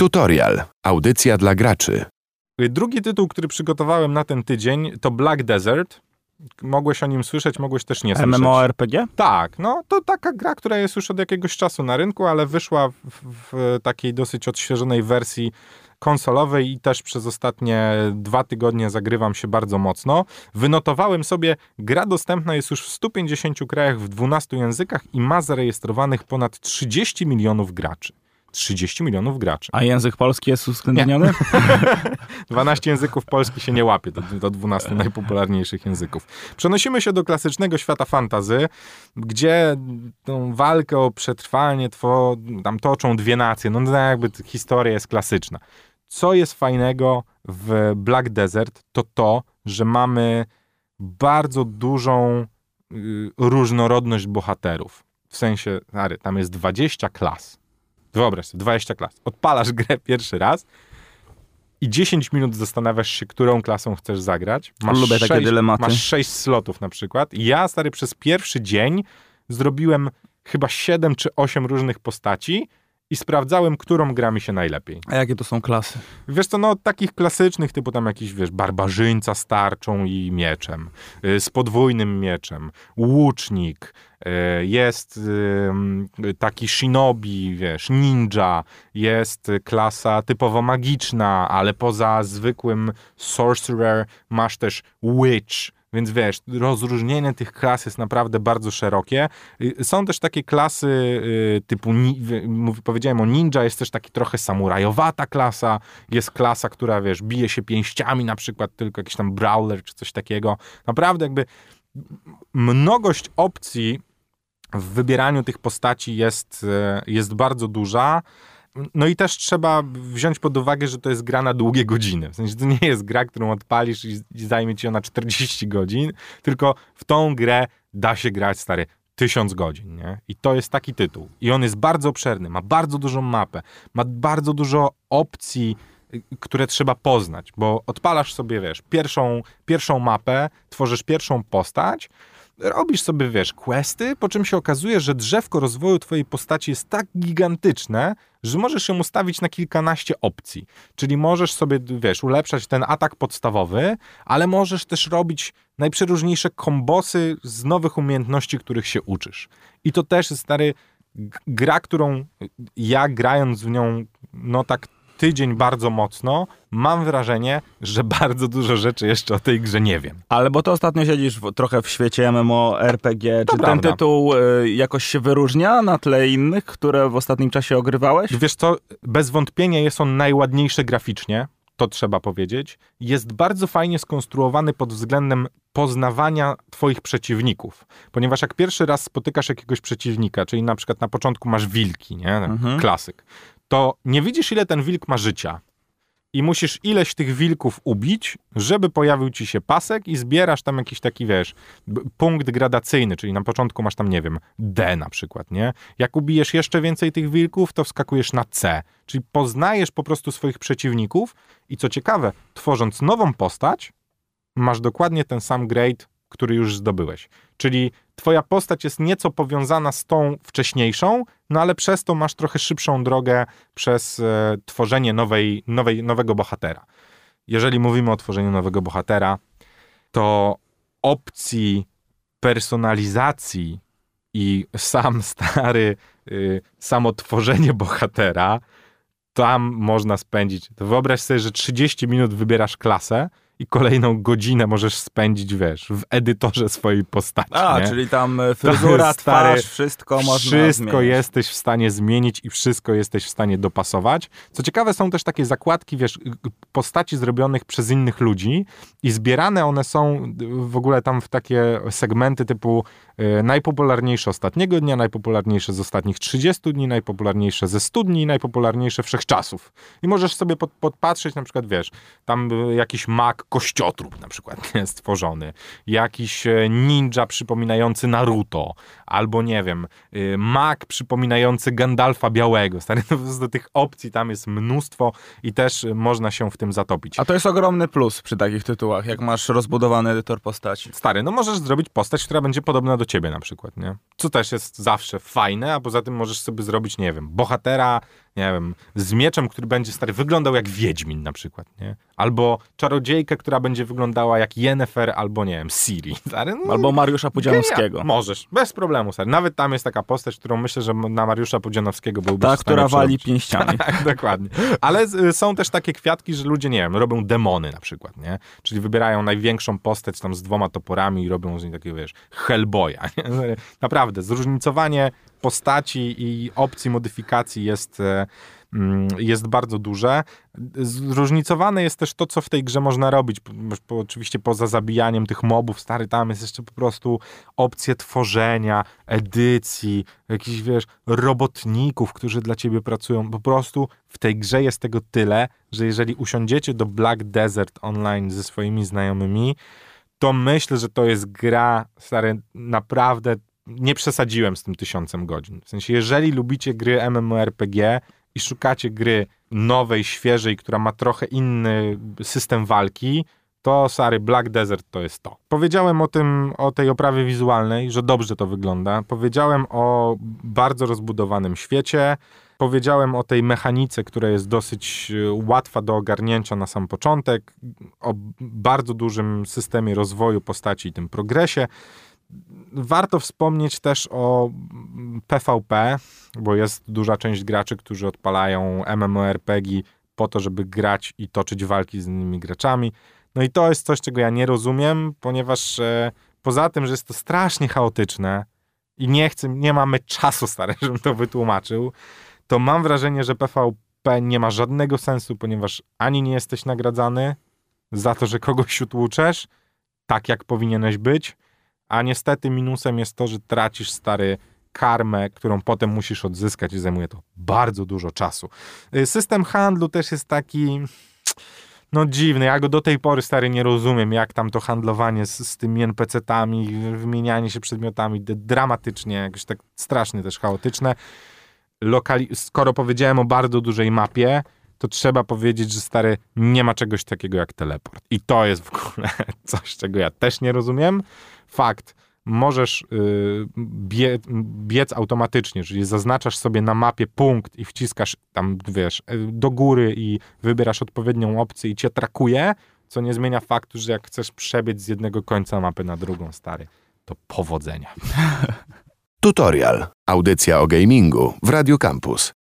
Tutorial. Audycja dla graczy. Drugi tytuł, który przygotowałem na ten tydzień, to Black Desert. Mogłeś o nim słyszeć, mogłeś też nie słyszeć. MMORPG? Tak, no to taka gra, która jest już od jakiegoś czasu na rynku, ale wyszła w takiej dosyć odświeżonej wersji konsolowej i też przez ostatnie 2 tygodnie zagrywam się bardzo mocno. Wynotowałem sobie, gra dostępna jest już w 150 krajach w 12 językach i ma zarejestrowanych ponad 30 milionów graczy. 30 milionów graczy. A język polski jest uwzględniony? 12 języków polski się nie łapie do 12 najpopularniejszych języków. Przenosimy się do klasycznego świata fantasy, gdzie tą walkę o przetrwanie tam toczą dwie nacje. No jakby historia jest klasyczna. Co jest fajnego w Black Desert, to, że mamy bardzo dużą różnorodność bohaterów. W sensie, tam jest 20 klas. Wyobraź sobie, 20 klas. Odpalasz grę pierwszy raz i 10 minut zastanawiasz się, którą klasą chcesz zagrać. Lubię takie dylematy. Masz 6 slotów na przykład. I ja, przez pierwszy dzień zrobiłem chyba 7 czy 8 różnych postaci i sprawdzałem, którą gra mi się najlepiej. A jakie to są klasy? Wiesz co, takich klasycznych, typu tam jakiś, barbarzyńca z tarczą i mieczem, z podwójnym mieczem, łucznik, jest taki shinobi, ninja, jest klasa typowo magiczna, ale poza zwykłym sorcerer masz też witch. Więc rozróżnienie tych klas jest naprawdę bardzo szerokie. Są też takie klasy typu, powiedziałem o ninja, jest też taki trochę samurajowata klasa, jest klasa, która, bije się pięściami, na przykład tylko jakiś tam brawler czy coś takiego. Naprawdę mnogość opcji w wybieraniu tych postaci jest bardzo duża. No i też trzeba wziąć pod uwagę, że to jest gra na długie godziny. W sensie to nie jest gra, którą odpalisz i zajmie ci ona 40 godzin, tylko w tą grę da się grać, 1000 godzin, nie? I to jest taki tytuł. I on jest bardzo obszerny, ma bardzo dużą mapę, ma bardzo dużo opcji, które trzeba poznać, bo odpalasz sobie, pierwszą mapę, tworzysz pierwszą postać, robisz sobie, questy, po czym się okazuje, że drzewko rozwoju twojej postaci jest tak gigantyczne, że możesz ją ustawić na kilkanaście opcji. Czyli możesz sobie, ulepszać ten atak podstawowy, ale możesz też robić najprzeróżniejsze kombosy z nowych umiejętności, których się uczysz. I to też jest, gra, którą ja grając w nią, tak tydzień bardzo mocno, mam wrażenie, że bardzo dużo rzeczy jeszcze o tej grze nie wiem. Ale bo to ostatnio siedzisz trochę w świecie MMORPG. Czy ten tytuł jakoś się wyróżnia na tle innych, które w ostatnim czasie ogrywałeś? Wiesz co, bez wątpienia jest on najładniejszy graficznie, to trzeba powiedzieć. Jest bardzo fajnie skonstruowany pod względem poznawania twoich przeciwników. Ponieważ jak pierwszy raz spotykasz jakiegoś przeciwnika, czyli na przykład na początku masz wilki, nie? Klasyk, to nie widzisz, ile ten wilk ma życia. I musisz ileś tych wilków ubić, żeby pojawił ci się pasek i zbierasz tam jakiś taki, punkt gradacyjny, czyli na początku masz tam, D na przykład, nie? Jak ubijesz jeszcze więcej tych wilków, to wskakujesz na C. Czyli poznajesz po prostu swoich przeciwników i co ciekawe, tworząc nową postać, masz dokładnie ten sam grade, który już zdobyłeś. Czyli twoja postać jest nieco powiązana z tą wcześniejszą, ale przez to masz trochę szybszą drogę przez tworzenie nowego bohatera. Jeżeli mówimy o tworzeniu nowego bohatera, to opcji personalizacji i samo tworzenie bohatera, tam można spędzić. To wyobraź sobie, że 30 minut wybierasz klasę i kolejną godzinę możesz spędzić, w edytorze swojej postaci. Nie? Czyli tam fryzura, twarz, wszystko można zmienić. Wszystko jesteś w stanie zmienić i wszystko jesteś w stanie dopasować. Co ciekawe, są też takie zakładki, postaci zrobionych przez innych ludzi i zbierane one są w ogóle tam w takie segmenty typu najpopularniejsze ostatniego dnia, najpopularniejsze z ostatnich 30 dni, najpopularniejsze ze 100 dni, najpopularniejsze wszechczasów. I możesz sobie podpatrzeć, na przykład, tam jakiś mag kościotrup na przykład stworzony, jakiś ninja przypominający Naruto, albo mag przypominający Gandalfa Białego. Do tych opcji tam jest mnóstwo i też można się w tym zatopić. A to jest ogromny plus przy takich tytułach, jak masz rozbudowany edytor postaci. Możesz zrobić postać, która będzie podobna do ciebie na przykład, nie? Co też jest zawsze fajne, a poza tym możesz sobie zrobić, bohatera nie wiem, z mieczem, który będzie stary, wyglądał jak Wiedźmin na przykład, nie? Albo czarodziejkę, która będzie wyglądała jak Yennefer, albo nie wiem, Ciri. Stary, albo Mariusza Pudzianowskiego. Możesz, bez problemu, stary. Nawet tam jest taka postać, którą myślę, że na Mariusza Pudzianowskiego byłby ta, która wali pięściami. Tak, dokładnie. Ale są też takie kwiatki, że ludzie, nie wiem, robią demony na przykład, nie? Czyli wybierają największą postać tam z 2 toporami i robią z niej takiego, wiesz, Hellboya. Nie? Naprawdę, zróżnicowanie postaci i opcji modyfikacji jest bardzo duże. Zróżnicowane jest też to, co w tej grze można robić. Oczywiście poza zabijaniem tych mobów, stary, tam jest jeszcze po prostu opcje tworzenia, edycji, jakichś, wiesz, robotników, którzy dla ciebie pracują. Po prostu w tej grze jest tego tyle, że jeżeli usiądziecie do Black Desert Online ze swoimi znajomymi, to myślę, że to jest gra, stary, naprawdę nie przesadziłem z tym 1000 godzin. W sensie, jeżeli lubicie gry MMORPG i szukacie gry nowej, świeżej, która ma trochę inny system walki, to stary, Black Desert to jest to. Powiedziałem o tej oprawie wizualnej, że dobrze to wygląda. Powiedziałem o bardzo rozbudowanym świecie. Powiedziałem o tej mechanice, która jest dosyć łatwa do ogarnięcia na sam początek. O bardzo dużym systemie rozwoju postaci i tym progresie. Warto wspomnieć też o PvP, bo jest duża część graczy, którzy odpalają MMORPG po to, żeby grać i toczyć walki z innymi graczami. No i to jest coś, czego ja nie rozumiem, ponieważ poza tym, że jest to strasznie chaotyczne i nie mamy czasu, stary, żebym to wytłumaczył, to mam wrażenie, że PvP nie ma żadnego sensu, ponieważ ani nie jesteś nagradzany za to, że kogoś utłuczesz, tak jak powinieneś być, a niestety minusem jest to, że tracisz, stary, karmę, którą potem musisz odzyskać i zajmuje to bardzo dużo czasu. System handlu też jest taki, no dziwny. Ja go do tej pory, stary, nie rozumiem, jak tam to handlowanie z tymi NPC-tami, wymienianie się przedmiotami, dramatycznie, jakoś tak strasznie też chaotyczne. Skoro powiedziałem o bardzo dużej mapie, to trzeba powiedzieć, że, stary, nie ma czegoś takiego jak teleport. I to jest w ogóle coś, czego ja też nie rozumiem. Fakt, możesz biec automatycznie, czyli zaznaczasz sobie na mapie punkt i wciskasz tam, wiesz, do góry i wybierasz odpowiednią opcję i cię trakuje, co nie zmienia faktu, że jak chcesz przebiec z jednego końca mapy na drugą, stary, to powodzenia. Tutorial. Audycja o gamingu w Radiu Campus.